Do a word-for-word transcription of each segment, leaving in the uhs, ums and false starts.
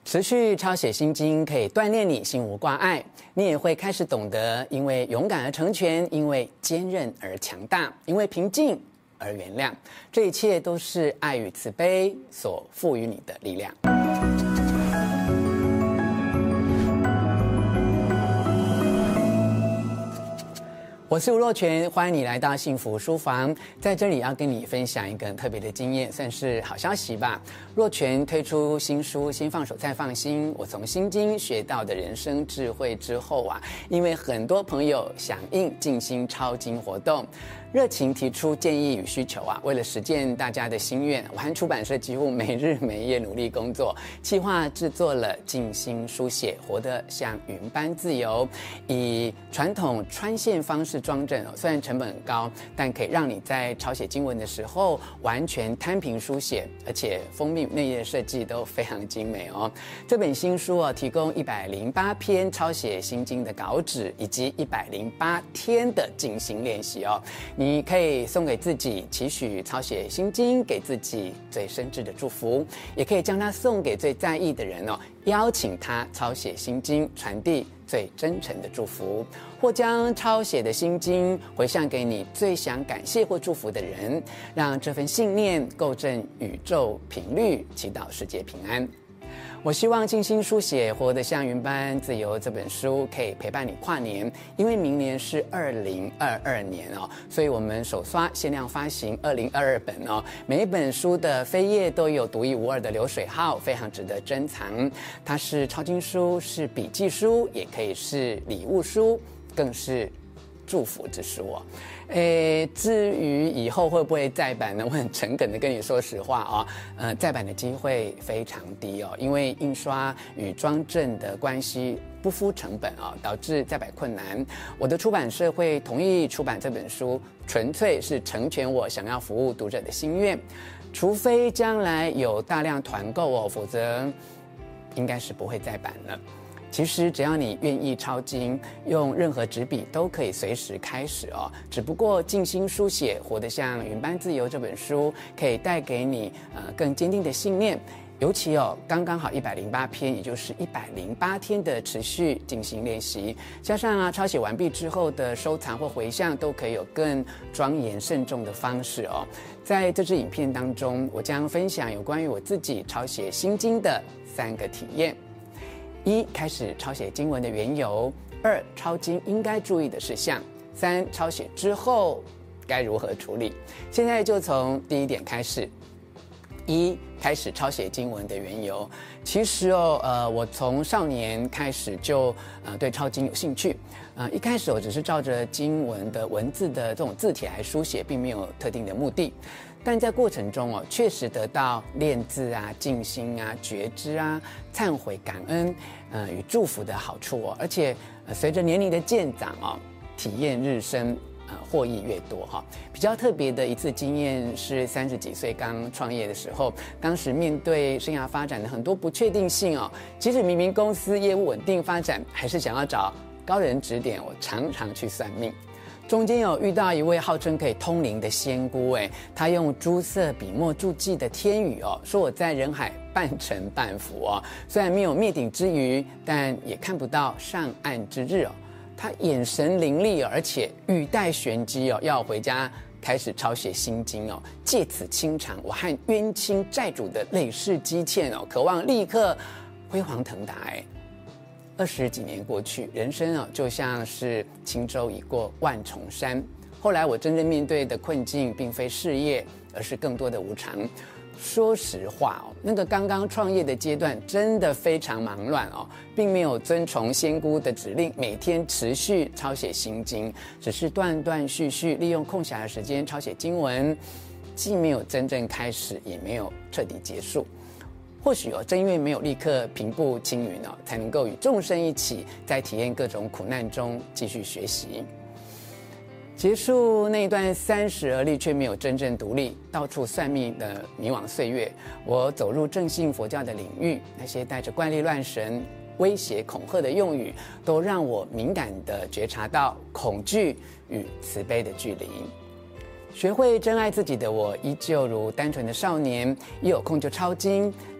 持续抄写心经可以锻炼你心无挂碍，你也会开始懂得因为勇敢而成全，因为坚韧而强大，因为平静而原谅。这一切都是爱与慈悲所赋予你的力量。我是吴若权，欢迎你来到幸福书房。在这里要跟你分享一个特别的经验，算是好消息吧。若权推出新书《先放手再放心》，我从心经学到的人生智慧之后啊，因为很多朋友响应静心抄经活动，热情提出建议与需求啊，为了实践大家的心愿，我和出版社几乎没日没夜努力工作，企划制作了静心书写，活得像云般自由，以传统穿线方式装帧，虽然成本很高，但可以让你在抄写经文的时候完全摊平书写，而且封面内页设计都非常精美哦。这本新书哦，提供一百零八篇抄写心经的稿纸，以及一百零八天的静心练习哦。你可以送给自己，期许抄写心经，给自己最深挚的祝福，也可以将它送给最在意的人哦，邀请他抄写心经，传递最真诚的祝福，或将抄写的心经回向给你最想感谢或祝福的人，让这份信念构振宇宙频率，祈祷世界平安。我希望静心书写活得像云般自由这本书可以陪伴你跨年，因为明年是二零二二年哦，所以我们首刷限量发行二零二二本哦，每一本书的扉页都有独一无二的流水号，非常值得珍藏。它是抄经书，是笔记书，也可以是礼物书，更是祝福之书哦。诶，至于以后会不会再版呢？我很诚恳的跟你说实话哦，呃，再版的机会非常低哦，因为印刷与装帧的关系不敷成本哦，导致再版困难。我的出版社会同意出版这本书，纯粹是成全我想要服务读者的心愿，除非将来有大量团购哦，否则应该是不会再版了。其实只要你愿意抄经，用任何纸笔都可以随时开始哦。只不过静心书写活得像云般自由这本书，可以带给你呃更坚定的信念。尤其哦，刚刚好一百零八篇，也就是一百零八天的持续静心练习，加上啊抄写完毕之后的收藏或回向，都可以有更庄严慎重的方式哦。在这支影片当中，我将分享有关于我自己抄写心经的三个体验。一、开始抄写经文的缘由；二、抄经应该注意的事项；三、抄写之后该如何处理。现在就从第一点开始。一、开始抄写经文的缘由。其实哦，呃，我从少年开始就呃对抄经有兴趣。呃，一开始我只是照着经文的文字的这种字体来书写，并没有特定的目的。但在过程中哦，确实得到练字啊、静心啊、觉知啊、忏悔、感恩，呃与祝福的好处哦。而且、呃、随着年龄的渐长哦，体验日深，呃获益越多哈。比较特别的一次经验是三十几岁刚创业的时候，当时面对生涯发展的很多不确定性哦，即使明明公司业务稳定发展，还是想要找高人指点，我常常去算命。中间有遇到一位号称可以通灵的仙姑，哎，她用朱色笔墨注记的天语哦，说我在人海半沉半浮哦，虽然没有灭顶之虞，但也看不到上岸之日哦。她眼神凌厉哦，而且语带玄机哦，要我回家开始抄写心经哦，借此清偿我和冤亲债主的累世积欠哦，渴望立刻辉煌腾达哎。二十几年过去，人生啊就像是轻舟已过万重山。后来我真正面对的困境，并非事业，而是更多的无常。说实话哦，那个刚刚创业的阶段，真的非常忙乱哦，并没有遵从仙姑的指令，每天持续抄写心经，只是断断续续利用空暇的时间抄写经文，既没有真正开始，也没有彻底结束。或许哦，正因为没有立刻平步青云哦，才能够与众生一起，在体验各种苦难中继续学习。结束那一段三十而立却没有真正独立、到处算命的迷惘岁月，我走入正信佛教的领域，那些带着怪力乱神、威胁、恐吓的用语，都让我敏感地觉察到恐惧与慈悲的距离。学会真爱自己的我，依旧如单纯的少年，一有空就抄经。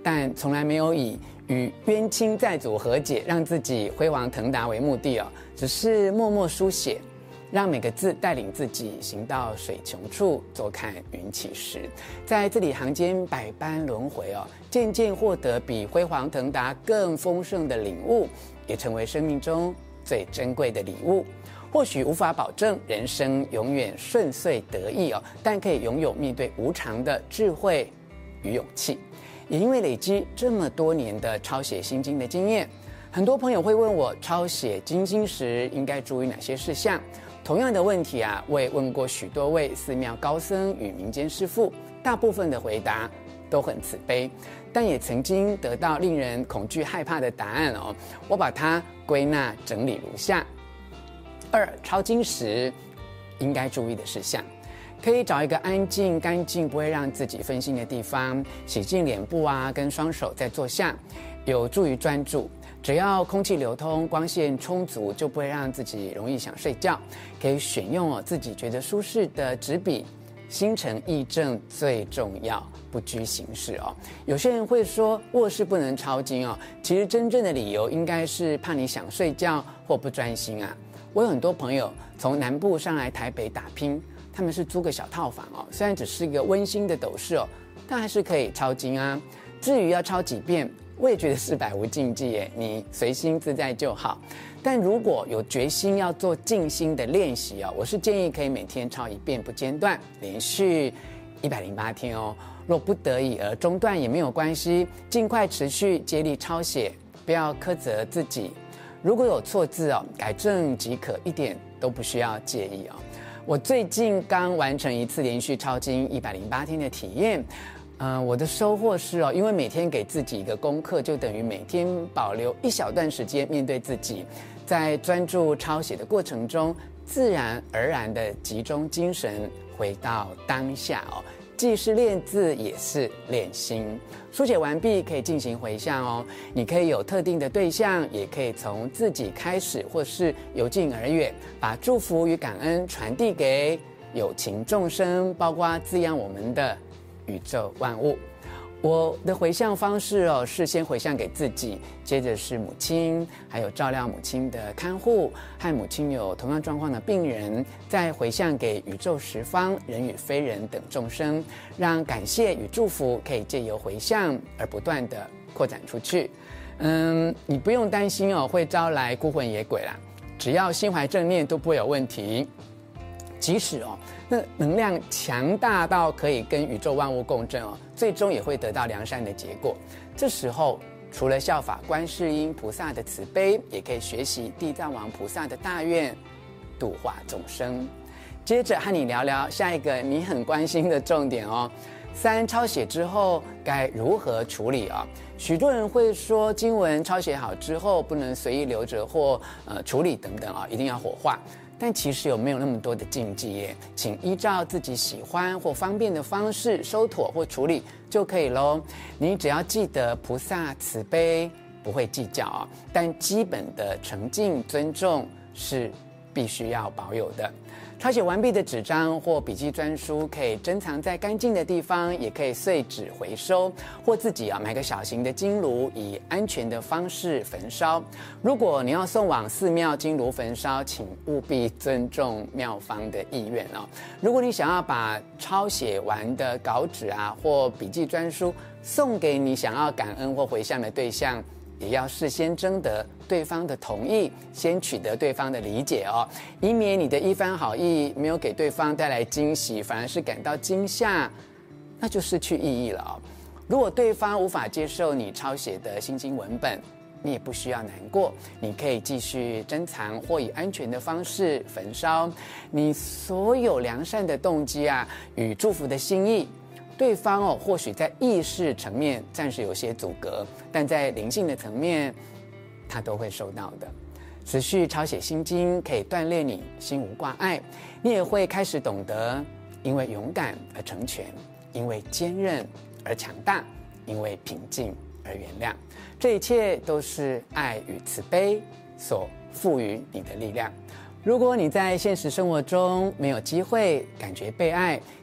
但从来没有以与冤亲债主和解，让自己辉煌腾达为目的哦，只是默默书写，让每个字带领自己行到水穷处，坐看云起时。在字里行间百般轮回哦，渐渐获得比辉煌腾达更丰盛的领悟，也成为生命中最珍贵的礼物。或许无法保证人生永远顺遂得意哦，但可以拥有面对无常的智慧与勇气。也因为累积这么多年的抄写心经的经验，很多朋友会问我抄写经经时应该注意哪些事项。同样的问题啊，我也问过许多位寺庙高僧与民间师父，大部分的回答都很慈悲，但也曾经得到令人恐惧害怕的答案哦。我把它归纳整理如下：二、抄经时应该注意的事项。可以找一个安静、干净、不会让自己分心的地方，洗净脸部啊，跟双手再坐下，有助于专注。只要空气流通、光线充足，就不会让自己容易想睡觉。可以选用哦自己觉得舒适的纸笔，心诚意正最重要，不拘形式哦。有些人会说卧室不能抄经哦，其实真正的理由应该是怕你想睡觉或不专心啊。我有很多朋友从南部上来台北打拼，他们是租个小套房哦，虽然只是一个温馨的斗室哦，但还是可以抄经啊。至于要抄几遍，我也觉得是百无禁忌耶，你随心自在就好。但如果有决心要做静心的练习哦，我是建议可以每天抄一遍不间断，连续一百零八天哦。若不得已而中断也没有关系，尽快持续接力抄写，不要苛责自己。如果有错字哦，改正即可，一点都不需要介意哦。我最近刚完成一次连续抄经一百零八天的体验，呃，我的收获是哦，因为每天给自己一个功课，就等于每天保留一小段时间面对自己，在专注抄写的过程中，自然而然的集中精神，回到当下哦。既是练字，也是练心。书写完毕可以进行回向哦，你可以有特定的对象，也可以从自己开始，或是由近而远，把祝福与感恩传递给有情众生，包括滋养我们的宇宙万物。我的回向方式哦，是先回向给自己，接着是母亲，还有照料母亲的看护，和母亲有同样状况的病人，再回向给宇宙十方人与非人等众生，让感谢与祝福可以借由回向而不断的扩展出去。嗯，你不用担心哦，会招来孤魂野鬼啦，只要心怀正念都不会有问题。即使哦，那能量强大到可以跟宇宙万物共振哦，最终也会得到良善的结果。这时候，除了效法观世音菩萨的慈悲，也可以学习地藏王菩萨的大愿，度化众生。接着和你聊聊下一个你很关心的重点哦。三、抄写之后该如何处理啊？许多人会说，经文抄写好之后不能随意留着或呃处理等等啊，一定要火化。但其实有没有那么多的禁忌耶？请依照自己喜欢或方便的方式收妥或处理就可以咯。你只要记得菩萨慈悲，不会计较啊，但基本的诚敬尊重是必须要保有的。抄写完毕的纸张或笔记专书可以珍藏在干净的地方，也可以碎纸回收，或自己啊买个小型的金炉，以安全的方式焚烧。如果你要送往寺庙金炉焚烧，请务必尊重庙方的意愿哦。如果你想要把抄写完的稿纸啊或笔记专书送给你想要感恩或回向的对象，也要事先征得对方的同意，先取得对方的理解哦，以免你的一番好意没有给对方带来惊喜，反而是感到惊吓，那就失去意义了哦。如果对方无法接受你抄写的心经文本，你也不需要难过，你可以继续珍藏或以安全的方式焚烧。你所有良善的动机啊与祝福的心意，对方哦，或许在意识层面暂时有些阻隔，但在灵性的层面，他都会收到的。持续抄写心经可以锻炼你心无挂碍，你也会开始懂得，因为勇敢而成全，因为坚韧而强大，因为平静而原谅。这一切都是爱与慈悲所赋予你的力量。如果你在现实生活中没有机会感觉被爱，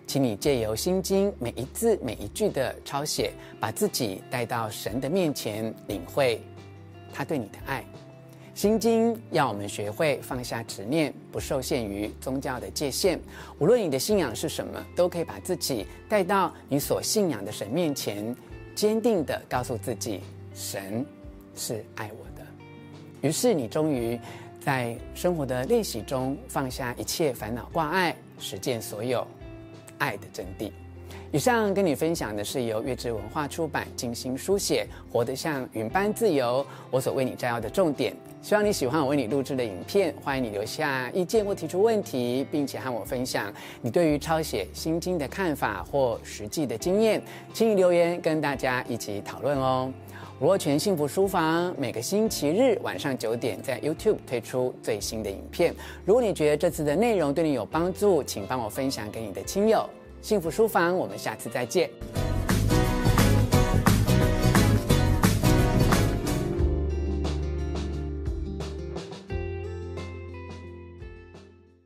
请你借由心经每一字每一句的抄写，把自己带到神的面前，领会他对你的爱。心经要我们学会放下执念，不受限于宗教的界限。无论你的信仰是什么，都可以把自己带到你所信仰的神面前，坚定地告诉自己，神是爱我的。于是你终于在生活的练习中放下一切烦恼挂碍，实践所有爱的真谛。以上跟你分享的是由乐智文化出版、静心书写、活得像云般自由我所为你摘要的重点。希望你喜欢我为你录制的影片，欢迎你留下意见或提出问题，并且和我分享你对于抄写心经的看法或实际的经验，请你留言跟大家一起讨论哦。吴若权幸福书房每个星期日晚上九点在 YouTube 推出最新的影片。如果你觉得这次的内容对你有帮助，请帮我分享给你的亲友。幸福书房，我们下次再见。